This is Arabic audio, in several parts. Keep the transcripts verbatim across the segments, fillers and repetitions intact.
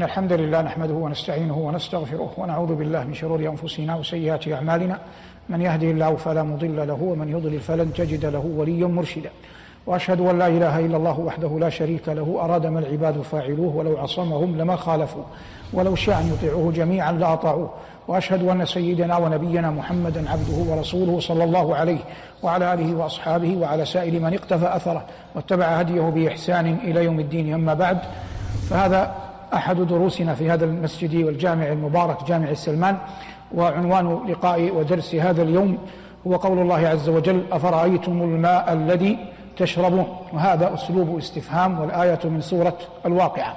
إن الحمد لله نحمده ونستعينه ونستغفره ونعوذ بالله من شرور أنفسنا وسيئات أعمالنا، من يهده الله فلا مضل له ومن يضلل فلن تجد له وليا مرشدا. وأشهد أن لا إله إلا الله وحده لا شريك له، أراد ما العباد فاعلوه ولو عصمهم لما خالفوا، ولو شاء أن يطيعوه جميعا لأطاعوه. وأشهد أن سيدنا ونبينا محمدا عبده ورسوله صلى الله عليه وعلى آله وأصحابه وعلى سائر من اقتفى أثره واتبع هديه بإحسان إلى يوم الدين. أما بعد، فهذا أحد دروسنا في هذا المسجد والجامع المبارك جامع السلمان، وعنوان لقاء ودرس هذا اليوم هو قول الله عز وجل: أفرأيتم الماء الذي تشربون. وهذا أسلوب استفهام، والآية من سورة الواقعة.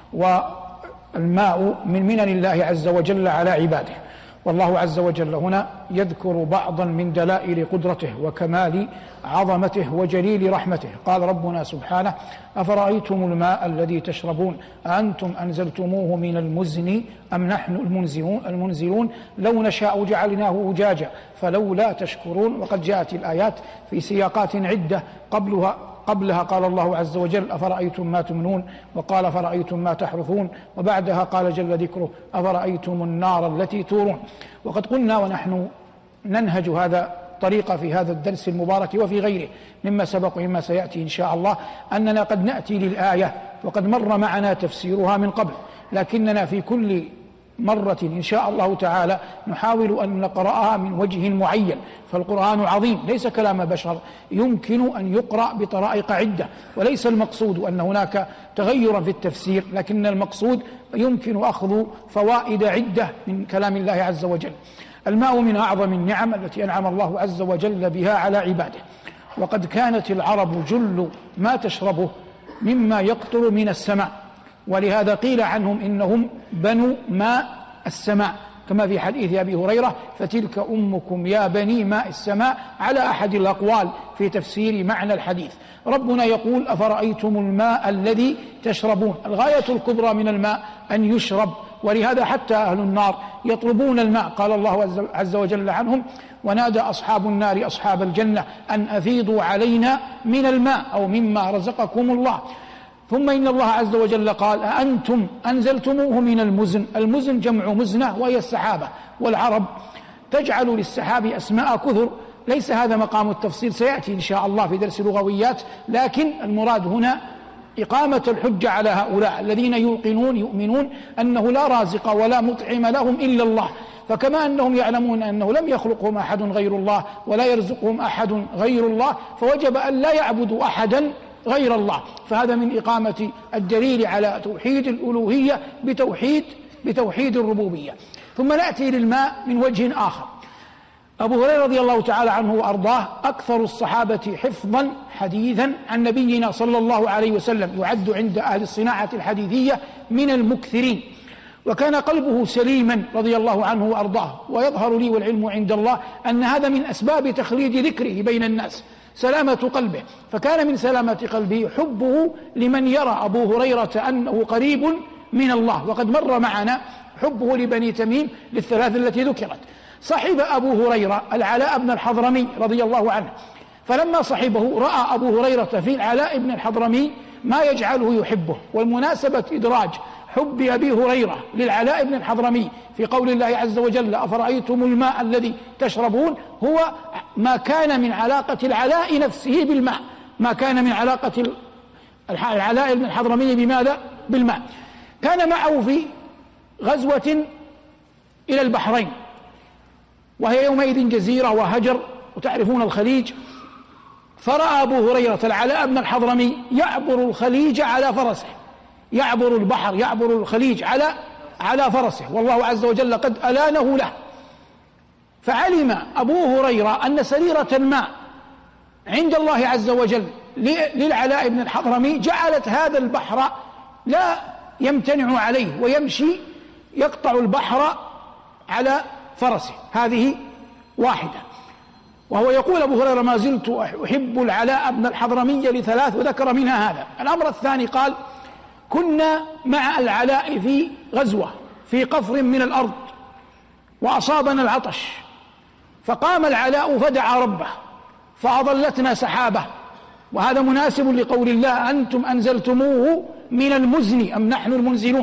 والماء من منن الله عز وجل على عباده، والله عز وجل هنا يذكر بعضا من دلائل قدرته وكمال عظمته وجليل رحمته. قال ربنا سبحانه: أفرأيتم الماء الذي تشربون أأنتم أنزلتموه من المزن أم نحن المنزلون المنزلون لو نشاء جعلناه أجاجا فلولا تشكرون. وقد جاءت الآيات في سياقات عدة. قبلها قبلها قال الله عز وجل: أفرأيتم ما تمنون، وقال: أفرأيتم ما تحرثون، وبعدها قال جل ذكره: أفرأيتم النار التي تورون. وقد قلنا ونحن ننهج هذا طريقة في هذا الدرس المبارك وفي غيره مما سبق ومما سيأتي إن شاء الله، أننا قد نأتي للآية وقد مر معنا تفسيرها من قبل، لكننا في كل مرة إن شاء الله تعالى نحاول أن نقرأها من وجه معين. فالقرآن عظيم، ليس كلام بشر، يمكن أن يقرأ بطرائق عدة، وليس المقصود أن هناك تغيرا في التفسير، لكن المقصود يمكن أخذ فوائد عدة من كلام الله عز وجل. الماء من أعظم النعم التي أنعم الله عز وجل بها على عباده، وقد كانت العرب جل ما تشربه مما يقطر من السماء، ولهذا قيل عنهم إنهم بنو ماء السماء، كما في حديث أبي هريرة: فتلك أمكم يا بني ماء السماء، على أحد الأقوال في تفسير معنى الحديث. ربنا يقول: أفرأيتم الماء الذي تشربون. الغاية الكبرى من الماء أن يشرب، ولهذا حتى أهل النار يطلبون الماء. قال الله عز وجل عنهم: ونادى أصحاب النار أصحاب الجنة أن أفيضوا علينا من الماء أو مما رزقكم الله. ثم إن الله عز وجل قال: أأنتم أنزلتموه من المزن. المزن جمع مزنة وهي السحابة، والعرب تجعل للسحاب أسماء كثر، ليس هذا مقام التفصيل، سيأتي إن شاء الله في درس لغويات، لكن المراد هنا إقامة الحجة على هؤلاء الذين يوقنون يؤمنون أنه لا رازق ولا مطعم لهم إلا الله. فكما أنهم يعلمون أنه لم يخلقهم أحد غير الله ولا يرزقهم أحد غير الله، فوجب أن لا يعبدوا أحدا غير الله. فهذا من إقامة الدليل على توحيد الألوهية بتوحيد بتوحيد الربوبية. ثم نأتي للماء من وجه آخر. أبو هريرة رضي الله تعالى عنه وأرضاه أكثر الصحابة حفظا حديثا عن نبينا صلى الله عليه وسلم، يعد عند أهل الصناعة الحديثية من المكثرين، وكان قلبه سليما رضي الله عنه وأرضاه. ويظهر لي والعلم عند الله أن هذا من أسباب تخليد ذكره بين الناس، سلامة قلبه. فكان من سلامة قلبه حبه لمن يرى أبو هريرة أنه قريب من الله. وقد مر معنا حبه لبني تميم للثلاث التي ذكرت. صحب أبو هريرة العلاء بن الحضرمي رضي الله عنه، فلما صحبه رأى أبو هريرة في العلاء بن الحضرمي ما يجعله يحبه. والمناسبة إدراج حب أبي هريرة للعلاء بن الحضرمي في قول الله عز وجل: أفرأيتم الماء الذي تشربون، هو ما كان من علاقة العلاء نفسه بالماء، ما كان من علاقة العلاء بن الحضرمي بماذا؟ بالماء. كان معه في غزوة إلى البحرين، وهي يومئذ جزيرة وهجر، وتعرفون الخليج. فرأى أبو هريرة العلاء بن الحضرمي يعبر الخليج على فرسه، يعبر البحر، يعبر الخليج على على فرسه، والله عز وجل قد ألانه له. فعلم أبو هريرة أن سريرة الماء عند الله عز وجل للعلاء بن الحضرمي جعلت هذا البحر لا يمتنع عليه، ويمشي يقطع البحر على فرسه. هذه واحدة. وهو يقول أبو هريرة: ما زلت أحب العلاء بن الحضرمي لثلاث، وذكر منها هذا. الأمر الثاني قال: كنا مع العلاء في غزوة في قفر من الأرض، وأصابنا العطش، فقام العلاء فدعا ربه فأظلتنا سحابة. وهذا مناسب لقول الله: أنتم أنزلتموه من المزن أم نحن المنزلون.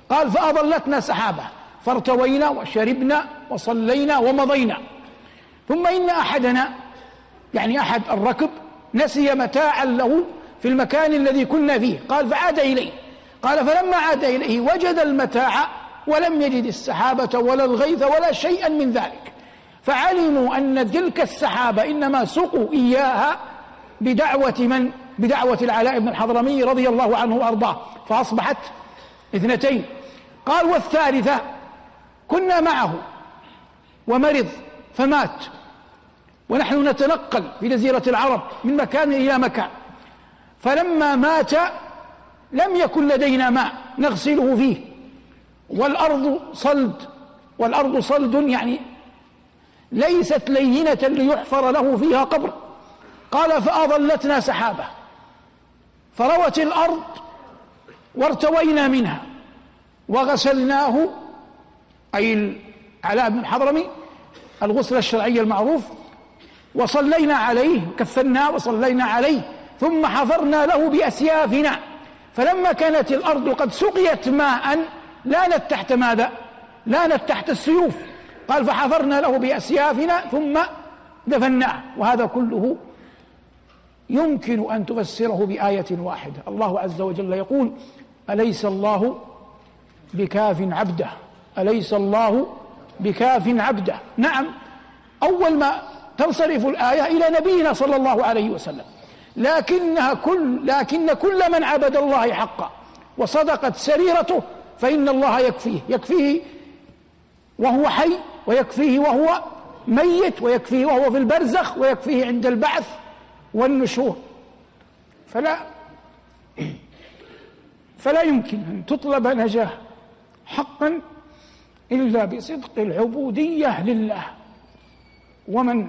قال فأظلتنا سحابة فارتوينا وشربنا وصلينا ومضينا. ثم إن أحدنا يعني أحد الركب نسي متاعا له في المكان الذي كنا فيه، قال فعاد إليه، قال فلما عاد إليه وجد المتاع ولم يجد السحابة ولا الغيث ولا شيئا من ذلك، فعلموا أن تلك السحابة إنما سقوا إياها بدعوة من؟ بدعوة العلاء بن الحضرمي رضي الله عنه وأرضاه، فأصبحت اثنتين. قال والثالثة كنا معه ومرض فمات، ونحن نتنقل في جزيرة العرب من مكان إلى مكان، فلما مات لم يكن لدينا ماء نغسله فيه، والأرض صلد، والأرض صلد يعني ليست لينة ليحفر له فيها قبر. قال فأظلتنا سحابة فروت الأرض وارتوينا منها وغسلناه، أي العلاء بن الحضرمي الغسل الشرعي المعروف، وصلينا عليه، كفناه وصلينا عليه، ثم حفرنا له بأسيافنا، فلما كانت الأرض قد سقيت ماء لانت تحت ماذا؟ لانت تحت السيوف. قال فحفرنا له بأسيافنا ثم دفناه. وهذا كله يمكن أن تفسره بآية واحدة. الله عز وجل يقول أليس الله بكاف عبده، أليس الله بكاف عبده. نعم، أول ما تنصرف الآية إلى نبينا صلى الله عليه وسلم، لكنها كل لكن كل من عبد الله حقا وصدقت سريرته فإن الله يكفيه، يكفيه وهو حي، ويكفيه وهو ميت، ويكفيه وهو في البرزخ، ويكفيه عند البعث والنشور. فلا فلا يمكن أن تطلب نجاة حقا إلا بصدق العبودية لله. ومن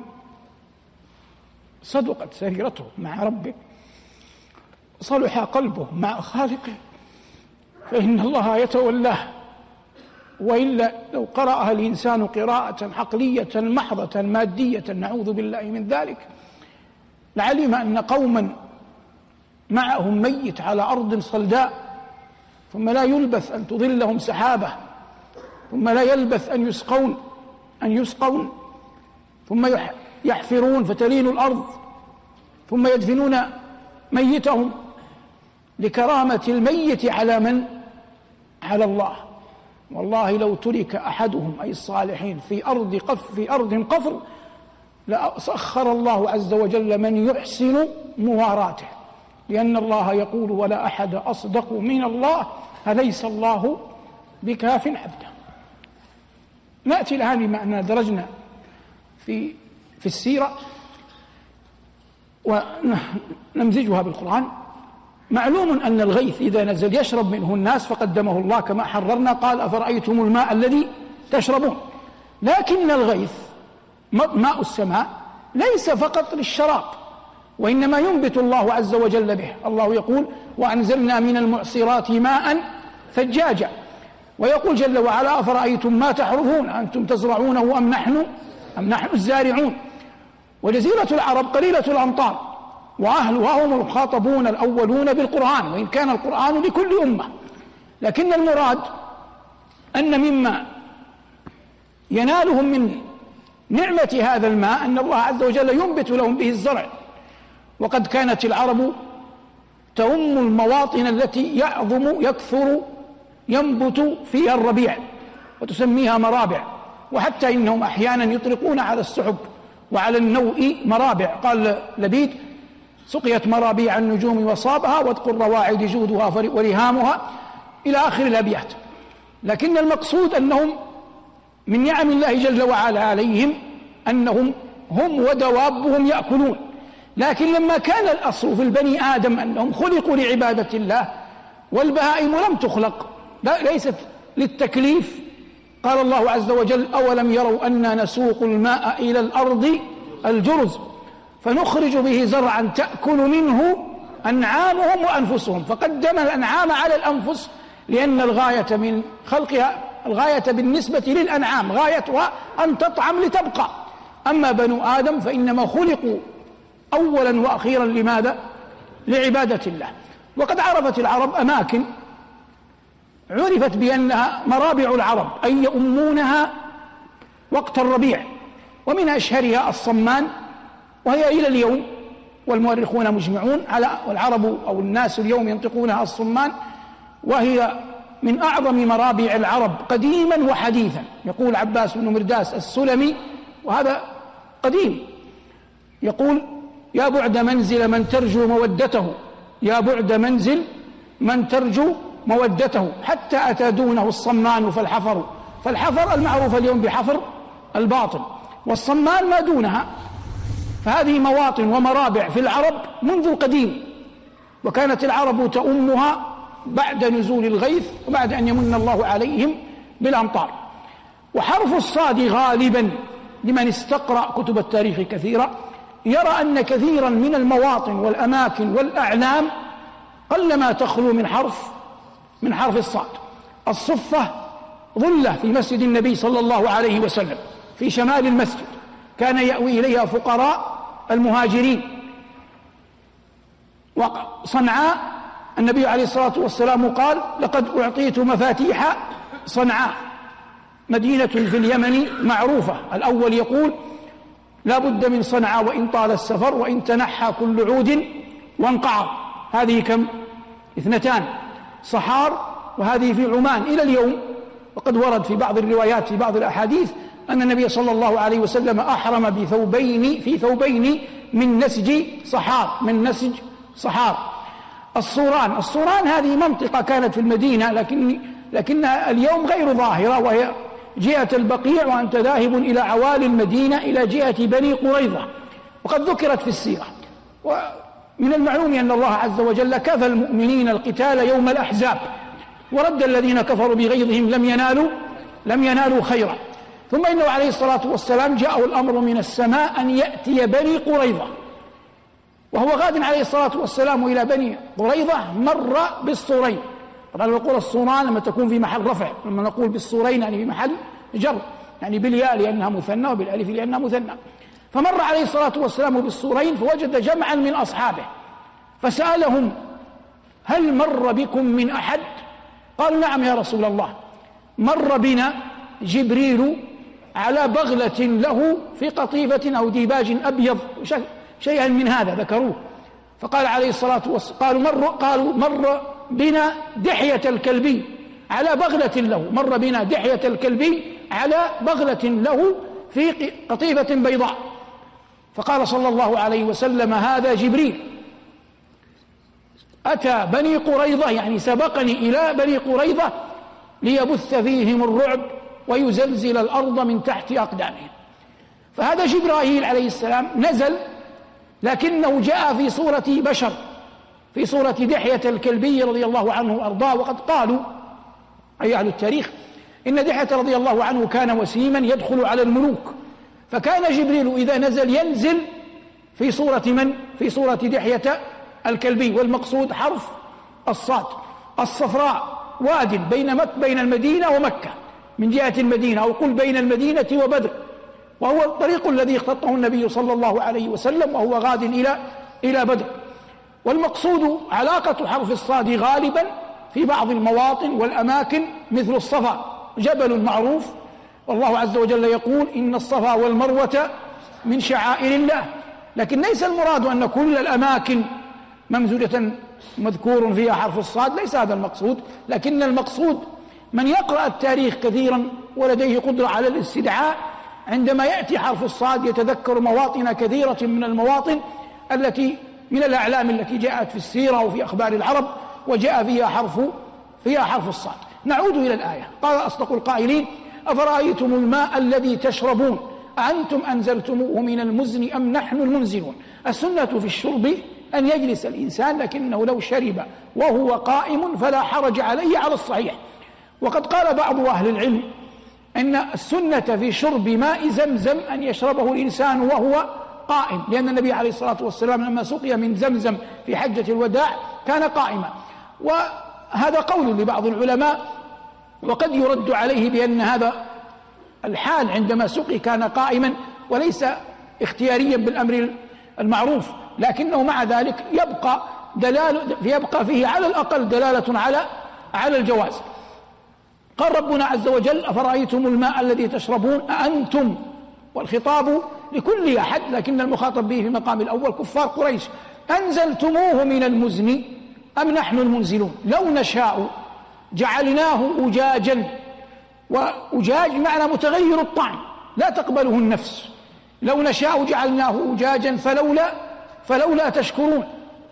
صدقت سريرته مع ربه صلح قلبه مع خالقه فإن الله يتولاه، وإلا لو قرأها الإنسان قراءة عقلية محضة مادية نعوذ بالله من ذلك لعلم أن قوما معهم ميت على أرض صلداء، ثم لا يلبث أن تظلهم سحابة، ثم لا يلبث أن يسقون أن يسقون ثم يحفرون فتلين الأرض، ثم يدفنون ميتهم لكرامة الميت على من؟ على الله. والله لو ترك أحدهم أي الصالحين في أرض قف في أرض قفر لسخر الله عز وجل من يحسن مواراته، لأن الله يقول ولا أحد أصدق من الله أليس الله بكاف عبده. نأتي الآن بما أننا درجنا في في السيرة ونمزجها بالقرآن. معلوم أن الغيث إذا نزل يشرب منه الناس فقدمه الله كما حررنا، قال أفرأيتم الماء الذي تشربون. لكن الغيث ماء السماء ليس فقط للشراب، وإنما ينبت الله عز وجل به. الله يقول وأنزلنا من المعصرات ماء ثجاجا، ويقول جل وعلا أفرأيتم ما تحرثون أنتم تزرعونه أم نحن أم نحن الزارعون. وجزيرة العرب قليلة الأمطار وأهلها هم الخاطبون الأولون بالقرآن، وإن كان القرآن لكل أمة، لكن المراد أن مما ينالهم من نعمة هذا الماء أن الله عز وجل ينبت لهم به الزرع. وقد كانت العرب تؤم المواطن التي يعظم يكثر ينبت فيها الربيع وتسميها مرابع، وحتى إنهم أحيانا يطلقون على السحب وعلى النوء مرابع. قال لبيد سقيت مرابيع النجوم وصابها واتقوا الرواعد جودها ورهامها إلى آخر الأبيات. لكن المقصود أنهم من نعم الله جل وعلا عليهم أنهم هم ودوابهم يأكلون. لكن لما كان الأصل في البني آدم أنهم خلقوا لعبادة الله والبهائم لم تخلق ليست للتكليف، قال الله عز وجل أولم يروا أنا نسوق الماء إلى الأرض الجرز فنخرج به زرعا تأكل منه أنعامهم وأنفسهم، فقدم الأنعام على الأنفس لأن الغاية من خلقها الغاية بالنسبة للأنعام غايتها أن تطعم لتبقى. أما بنو آدم فإنما خلقوا أولا وأخيرا لماذا؟ لعبادة الله. وقد عرفت العرب أماكن عرفت بأنها مرابع العرب، أي يؤمونها وقت الربيع، ومن أشهرها الصمان، وهي إلى اليوم والمؤرخون مجمعون على، والعرب أو الناس اليوم ينطقونها الصمان، وهي من أعظم مرابع العرب قديما وحديثا. يقول عباس بن مرداس السلمي، وهذا قديم، يقول: يا بعد منزل من ترجو مودته، يا بعد منزل من ترجو مودته، حتى أتى دونه الصمان فالحفر. فالحفر المعروف اليوم بحفر الباطن، والصمان ما دونها. فهذه مواطن ومرابع في العرب منذ القديم، وكانت العرب تؤمها بعد نزول الغيث وبعد أن يمن الله عليهم بالأمطار. وحرف الصاد غالبا لمن استقرأ كتب التاريخ كثيرا يرى أن كثيرا من المواطن والأماكن والأعلام قلما تخلو من حرف من حرف الصاد. الصفة ظلة في مسجد النبي صلى الله عليه وسلم في شمال المسجد، كان يأوي إليها فقراء المهاجرين. وصنعاء النبي عليه الصلاة والسلام قال: لقد أعطيت مفاتيح صنعاء، مدينة في اليمن معروفة. الأول يقول: لا بد من صنعاء وإن طال السفر، وإن تنحى كل عود وانقعر. هذه كم؟ اثنتان. صحار، وهذه في عمان إلى اليوم. وقد ورد في بعض الروايات في بعض الأحاديث أن النبي صلى الله عليه وسلم أحرم بثوبين في ثوبين من نسج صحار من نسج صحار. الصوران، الصوران هذه منطقة كانت في المدينة، لكن لكنها اليوم غير ظاهرة، وهي جهة البقيع، وأنت ذاهب إلى عوالي المدينة إلى جهة بني قريظة، وقد ذكرت في السيرة. ومن المعلوم أن الله عز وجل كفى المؤمنين القتال يوم الأحزاب، ورد الذين كفروا بغيظهم لم ينالوا لم ينالوا خيرا. ثم إنه عليه الصلاة والسلام جاءه الأمر من السماء أن يأتي بني قريظة، وهو غاد عليه الصلاة والسلام إلى بني قريظة مر بالصورين. طبعا نقول الصوران لما تكون في محل رفع، لما نقول بالصورين يعني في محل جر، يعني بالياء لأنها مثنى وبالألف لأنها مثنى. فمر عليه الصلاة والسلام بالصورين فوجد جمعا من أصحابه، فسألهم: هل مر بكم من أحد؟ قالوا: نعم يا رسول الله، مر بنا جبريل على بغلة له في قطيفة أو ديباج أبيض، شيئا من هذا ذكروه. فقال عليه الصلاة والسلام: قالوا مر قالوا مر بنا دحية الكلبي على بغلة له، مر بنا دحية الكلبي على بغلة له في قطيفة بيضاء. فقال صلى الله عليه وسلم: هذا جبريل أتى بني قريظة، يعني سبقني إلى بني قريظة ليبث فيهم الرعب ويزلزل الأرض من تحت أقدامهم. فهذا جبرائيل عليه السلام نزل، لكنه جاء في صورة بشر، في صورة دحية الكلبي رضي الله عنه وأرضاه. وقد قالوا أي أهل التاريخ إن دحية رضي الله عنه كان وسيما يدخل على الملوك، فكان جبريل إذا نزل ينزل في صورة من؟ في صورة دحية الكلبي. والمقصود حرف الصاد. الصفراء واد بين مك بين المدينة ومكة من جهة المدينة، أو قل بين المدينة وبدر، وهو الطريق الذي اختطه النبي صلى الله عليه وسلم وهو غاد إلى إلى بدر. والمقصود علاقة حرف الصاد غالبا في بعض المواطن والأماكن مثل الصفا، جبل معروف، والله عز وجل يقول: إن الصفا والمروة من شعائر الله. لكن ليس المراد أن كل الأماكن ممزوجة مذكور فيها حرف الصاد، ليس هذا المقصود، لكن المقصود من يقرأ التاريخ كثيرا ولديه قدرة على الاستدعاء، عندما يأتي حرف الصاد يتذكر مواطن كثيرة من المواطن التي من الأعلام التي جاءت في السيرة وفي أخبار العرب وجاء فيها حرف فيها حرف الصاد. نعود إلى الآية. قال أصدق القائلين: أفرأيتم الماء الذي تشربون أأنتم أنزلتموه من المزن أم نحن المنزلون. السنة في الشرب أن يجلس الإنسان، لكنه لو شرب وهو قائم فلا حرج عليه على الصحيح. وقد قال بعض أهل العلم أن السنة في شرب ماء زمزم أن يشربه الإنسان وهو قائم، لأن النبي عليه الصلاة والسلام لما سقي من زمزم في حجة الوداع كان قائما. وهذا قول لبعض العلماء، وقد يرد عليه بأن هذا الحال عندما سقي كان قائما وليس اختياريا بالأمر المعروف، لكنه مع ذلك يبقى دلالة يبقى فيه على الأقل دلالة على على الجواز. قال ربنا عز وجل: أفرأيتم الماء الذي تشربون أأنتم، والخطاب لكل أحد لكن المخاطب به في المقام الأول كفار قريش، أنزلتموه من المزن أم نحن المنزلون. لو نشاء جعلناه أجاجا، وأجاج معنى متغير الطعم لا تقبله النفس، لو نشاء جعلناه أجاجا فلولا فلولا تشكرون.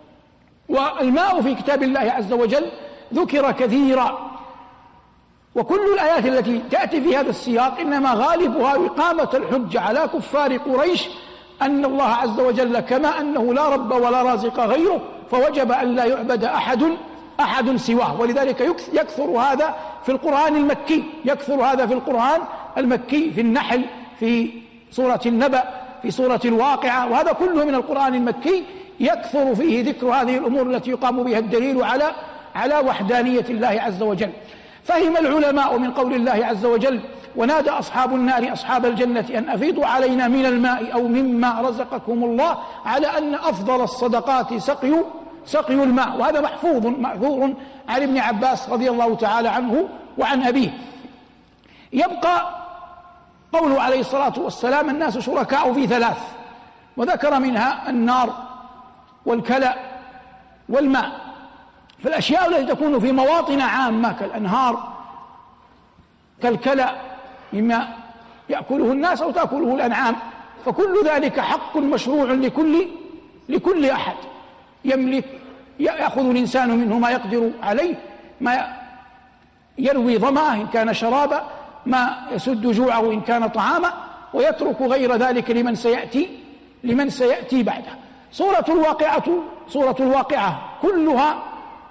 والماء في كتاب الله عز وجل ذكر كثيرا، وكل الآيات التي تأتي في هذا السياق إنما غالبها إقامة الحجة على كفار قريش أن الله عز وجل كما أنه لا رب ولا رازق غيره فوجب أن لا يعبد أحد أحد سواه. ولذلك يكثر هذا في القرآن المكي، يكثر هذا في القرآن المكي، في النحل، في سورة النبأ، في سورة الواقعة، وهذا كله من القرآن المكي يكثر فيه ذكر هذه الأمور التي يقام بها الدليل على على وحدانية الله عز وجل. فهم العلماء من قول الله عز وجل: ونادى أصحاب النار أصحاب الجنة أن أفيضوا علينا من الماء أو مما رزقكم الله، على أن أفضل الصدقات سقي سقي الماء. وهذا محفوظ مأثور عن ابن عباس رضي الله تعالى عنه وعن أبيه. يبقى قوله عليه الصلاة والسلام: الناس شركاء في ثلاث، وذكر منها النار والكلى والماء. فالأشياء التي تكون في مواطن عامة كالأنهار كالكلى مما يأكله الناس أو تأكله الأنعام، فكل ذلك حق مشروع لكل لكل أحد يملك، يأخذ الإنسان منه ما يقدر عليه، ما يروي ظمأه إن كان شرابا، ما يسد جوعه إن كان طعاما، ويترك غير ذلك لمن سيأتي لمن سيأتي بعده. سورة الواقعة سورة الواقعة كلها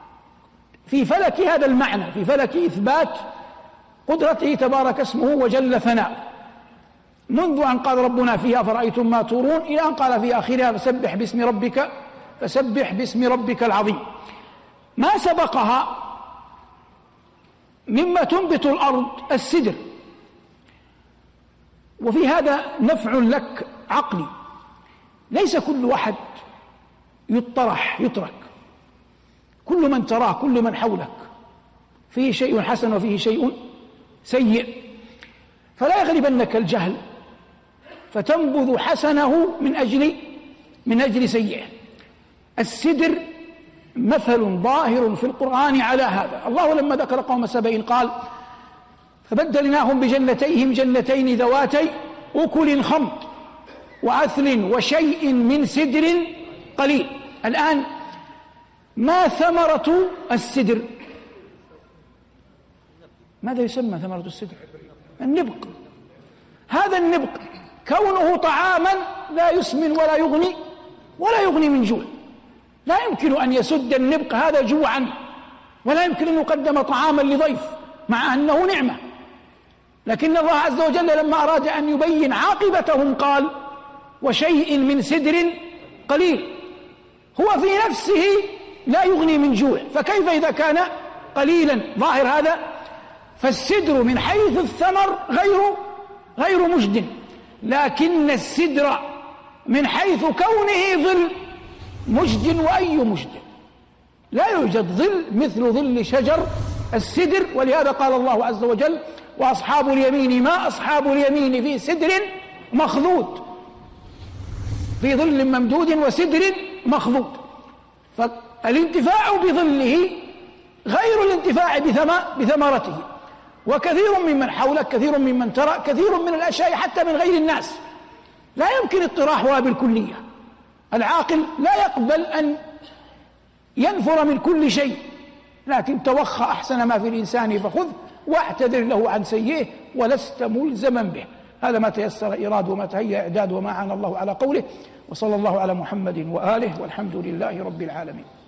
في فلك هذا المعنى، في فلك إثبات قدرته تبارك اسمه وجل ثناؤه، منذ أن قال ربنا فيها: فرأيتم ما تورون، إلى أن قال في آخرها: فسبح باسم ربك فسبح باسم ربك العظيم. ما سبقها مما تنبت الأرض السدر، وفي هذا نفع لك عقلي. ليس كل واحد يطرح يترك، كل من تراه كل من حولك فيه شيء حسن وفيه شيء سيء، فلا يغلبنك الجهل فتنبذ حسنه من أجل من أجل سيئه. السدر مثل ظاهر في القرآن على هذا. الله لما ذكر قوم سبأ قال: فبدلناهم بجنتيهم جنتين ذواتي أكل خمط وعسل وشيء من سدر قليل. الآن ما ثمرة السدر؟ ماذا يسمى ثمرة السدر؟ النبق. هذا النبق كونه طعاما لا يسمن ولا يغني ولا يغني من جوع، لا يمكن أن يسد النبق هذا جوعا، ولا يمكن أن يقدم طعاما لضيف مع أنه نعمة. لكن الله عز وجل لما أراد أن يبين عاقبتهم قال: وشيء من سدر قليل. هو في نفسه لا يغني من جوع، فكيف إذا كان قليلا؟ ظاهر هذا. فالسدر من حيث الثمر غير غير مجد، لكن السدر من حيث كونه ظل مجد. وأي مجد؟ لا يوجد ظل مثل ظل شجر السدر. ولهذا قال الله عز وجل: وأصحاب اليمين ما أصحاب اليمين في سدر مخضود، في ظل ممدود وسدر مخضود. فالانتفاع بظله غير الانتفاع بثمرته. وكثير ممن حولك، كثير ممن ترى، كثير من الأشياء حتى من غير الناس لا يمكن اطراحها بالكلية. العاقل لا يقبل أن ينفر من كل شيء، لكن توخى أحسن ما في الإنسان فخذ واعتذر له عن سيئه ولست ملزما به. هذا ما تيسر إيراد وما تهيأ إعداد وما عان الله على قوله. وصلى الله على محمد وآله، والحمد لله رب العالمين.